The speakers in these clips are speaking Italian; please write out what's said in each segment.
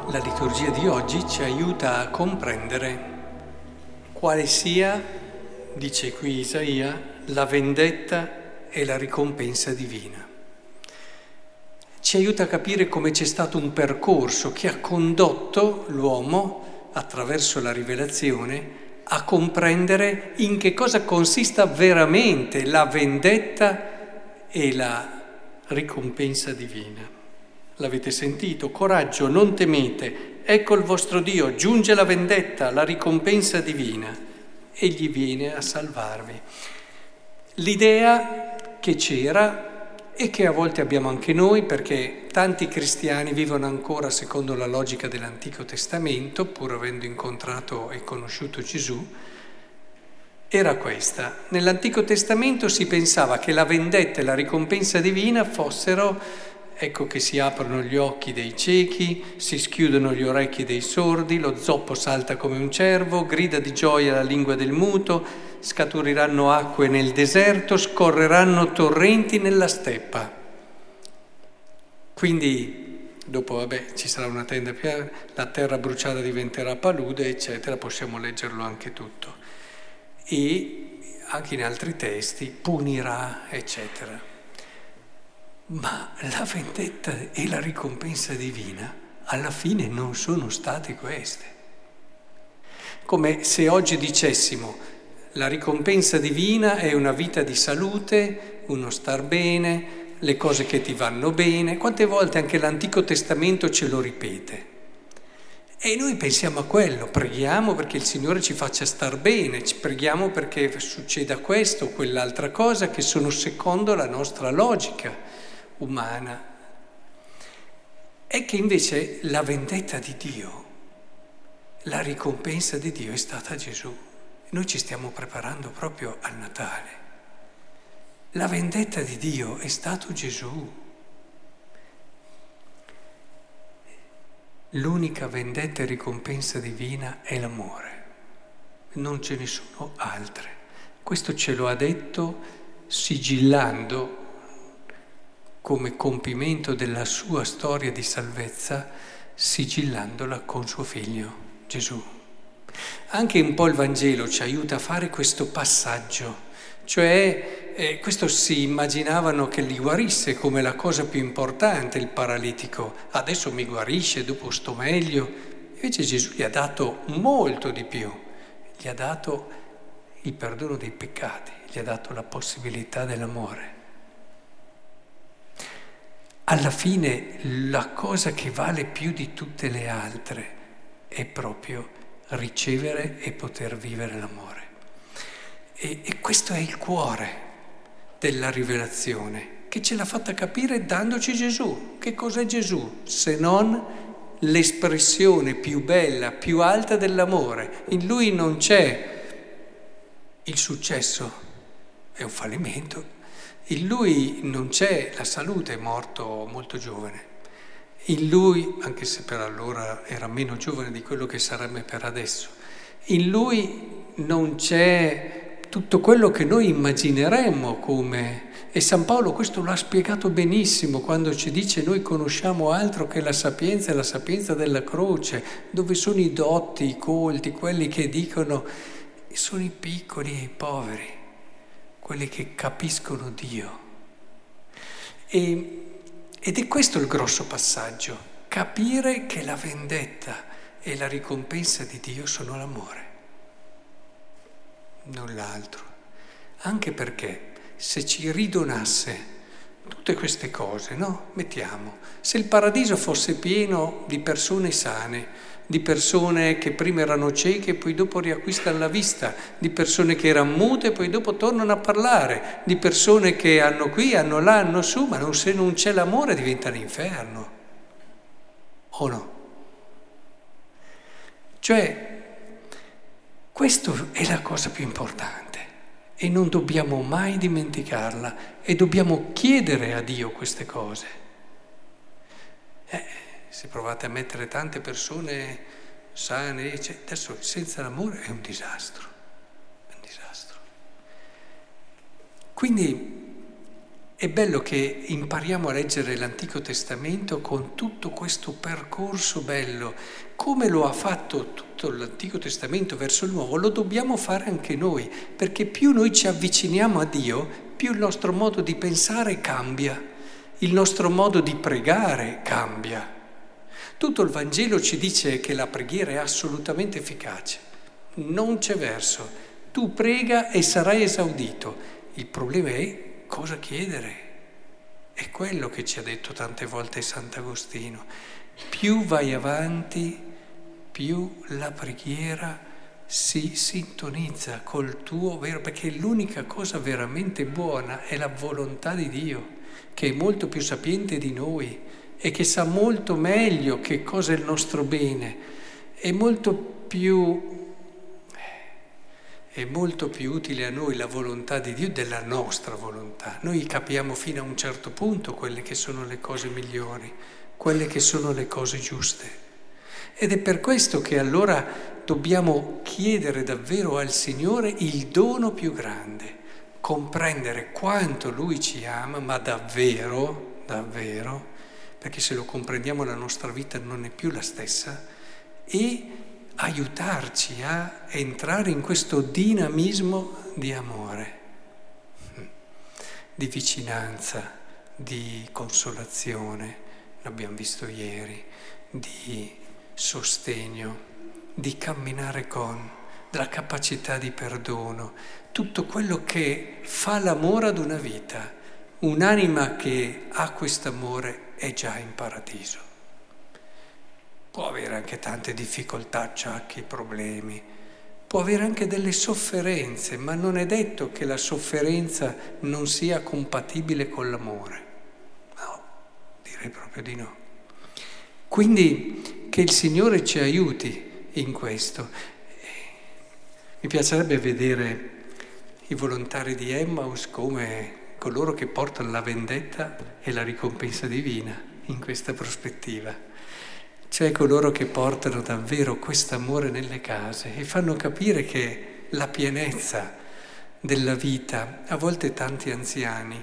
La liturgia di oggi ci aiuta a comprendere quale sia, dice qui Isaia, la vendetta e la ricompensa divina. Ci aiuta a capire come c'è stato un percorso che ha condotto l'uomo, attraverso la rivelazione, a comprendere in che cosa consista veramente la vendetta e la ricompensa divina. L'avete sentito? Coraggio, non temete, ecco il vostro Dio, giunge la vendetta, la ricompensa divina, egli viene a salvarvi. L'idea che c'era e che a volte abbiamo anche noi, perché tanti cristiani vivono ancora secondo la logica dell'Antico Testamento, pur avendo incontrato e conosciuto Gesù, era questa. Nell'Antico Testamento si pensava che la vendetta e la ricompensa divina fossero, ecco che si aprono gli occhi dei ciechi, si schiudono gli orecchi dei sordi, lo zoppo salta come un cervo, grida di gioia la lingua del muto, scaturiranno acque nel deserto, scorreranno torrenti nella steppa. Quindi, dopo, ci sarà una tenda piena, la terra bruciata diventerà palude, eccetera, possiamo leggerlo anche tutto. E anche in altri testi, punirà, eccetera. Ma la vendetta e la ricompensa divina alla fine non sono state queste. Come se oggi dicessimo la ricompensa divina è una vita di salute, uno star bene, le cose che ti vanno bene. Quante volte anche l'Antico Testamento ce lo ripete. E noi pensiamo a quello, preghiamo perché il Signore ci faccia star bene, ci preghiamo perché succeda questo o quell'altra cosa che sono secondo la nostra logica umana. È che invece la vendetta di Dio, la ricompensa di Dio è stata Gesù. Noi ci stiamo preparando proprio al Natale. La vendetta di Dio è stato Gesù. L'unica vendetta e ricompensa divina è l'amore. Non ce ne sono altre. Questo ce lo ha detto sigillando come compimento della sua storia di salvezza, sigillandola con suo figlio, Gesù. Anche un po' il Vangelo ci aiuta a fare questo passaggio, cioè questo si immaginavano che li guarisse come la cosa più importante, il paralitico. Adesso mi guarisce, dopo sto meglio. Invece Gesù gli ha dato molto di più, gli ha dato il perdono dei peccati, gli ha dato la possibilità dell'amore. Alla fine la cosa che vale più di tutte le altre è proprio ricevere e poter vivere l'amore. E questo è il cuore della rivelazione, che ce l'ha fatta capire dandoci Gesù. Che cos'è Gesù? Se non l'espressione più bella, più alta dell'amore. In Lui non c'è il successo, è un fallimento. In Lui non c'è la salute, è morto molto giovane. In Lui, anche se per allora era meno giovane di quello che sarebbe per adesso, in Lui non c'è tutto quello che noi immagineremmo come... E San Paolo questo l'ha spiegato benissimo quando ci dice noi conosciamo altro che la sapienza e la sapienza della croce, dove sono i dotti, i colti, quelli che dicono sono i piccoli e i poveri, quelli che capiscono Dio. Ed è questo il grosso passaggio, capire che la vendetta e la ricompensa di Dio sono l'amore, non l'altro. Anche perché se ci ridonasse tutte queste cose, no? Mettiamo, se il paradiso fosse pieno di persone sane, di persone che prima erano cieche e poi dopo riacquistano la vista, di persone che erano mute e poi dopo tornano a parlare, di persone che hanno qui, hanno là, hanno su, ma se non c'è l'amore diventa l'inferno. O no? Cioè, questa è la cosa più importante e non dobbiamo mai dimenticarla e dobbiamo chiedere a Dio queste cose. Se provate a mettere tante persone sane, adesso senza l'amore è un disastro, è un disastro. Quindi È bello che impariamo a leggere l'Antico Testamento con tutto questo percorso bello. Come lo ha fatto tutto l'Antico Testamento verso il Nuovo, lo dobbiamo fare anche noi, perché più noi ci avviciniamo a Dio, più il nostro modo di pensare cambia, il nostro modo di pregare cambia. Tutto il Vangelo ci dice che la preghiera è assolutamente efficace, non c'è verso. Tu prega e sarai esaudito. Il problema è cosa chiedere? È quello che ci ha detto tante volte Sant'Agostino. Più vai avanti, più la preghiera si sintonizza col tuo vero, perché l'unica cosa veramente buona è la volontà di Dio, che è molto più sapiente di noi e che sa molto meglio che cosa è il nostro bene, è molto più utile a noi la volontà di Dio della nostra volontà. Noi capiamo fino a un certo punto quelle che sono le cose migliori, quelle che sono le cose giuste. Ed è per questo che allora dobbiamo chiedere davvero al Signore il dono più grande, comprendere quanto Lui ci ama, ma davvero, davvero, perché se lo comprendiamo la nostra vita non è più la stessa, e aiutarci a entrare in questo dinamismo di amore, di vicinanza, di consolazione, l'abbiamo visto ieri, di sostegno, di camminare con, della capacità di perdono, tutto quello che fa l'amore ad una vita. Un'anima che ha quest'amore è già in paradiso. Può avere anche tante difficoltà, acciacchi, problemi, può avere anche delle sofferenze, ma non è detto che la sofferenza non sia compatibile con l'amore. No, direi proprio di no. Quindi che il Signore ci aiuti in questo. Mi piacerebbe vedere i volontari di Emmaus come coloro che portano la vendetta e la ricompensa divina in questa prospettiva. Cioè coloro che portano davvero quest'amore nelle case e fanno capire che la pienezza della vita, a volte tanti anziani,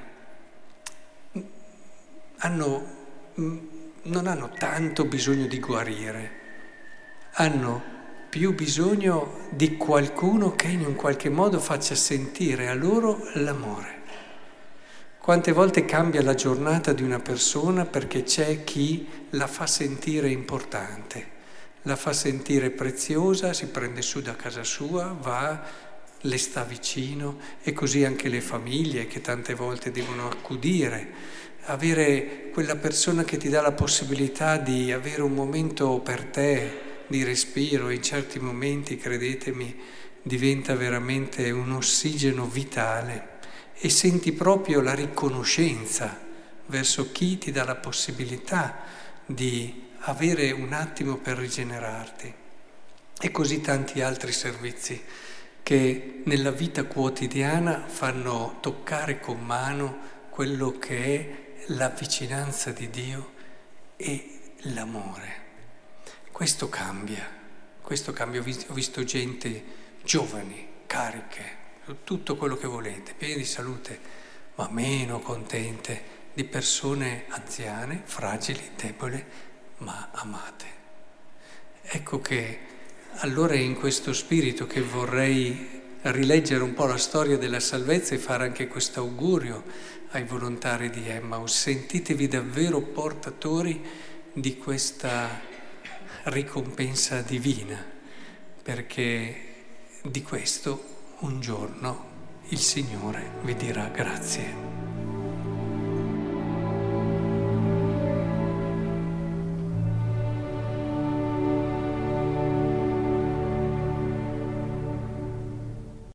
non hanno tanto bisogno di guarire, hanno più bisogno di qualcuno che in un qualche modo faccia sentire a loro l'amore. Quante volte cambia la giornata di una persona perché c'è chi la fa sentire importante, la fa sentire preziosa, si prende su da casa sua, va, le sta vicino, e così anche le famiglie che tante volte devono accudire, avere quella persona che ti dà la possibilità di avere un momento per te, di respiro. In certi momenti, credetemi, diventa veramente un ossigeno vitale. E senti proprio la riconoscenza verso chi ti dà la possibilità di avere un attimo per rigenerarti. E così tanti altri servizi che nella vita quotidiana fanno toccare con mano quello che è la vicinanza di Dio e l'amore. Questo cambia. Ho visto gente giovani, cariche, tutto quello che volete, piene di salute, ma meno contente di persone anziane, fragili, deboli, ma amate. Ecco che allora è in questo spirito che vorrei rileggere un po' la storia della salvezza e fare anche questo augurio ai volontari di Emmaus. Sentitevi davvero portatori di questa ricompensa divina, perché di questo un giorno il Signore vi dirà grazie.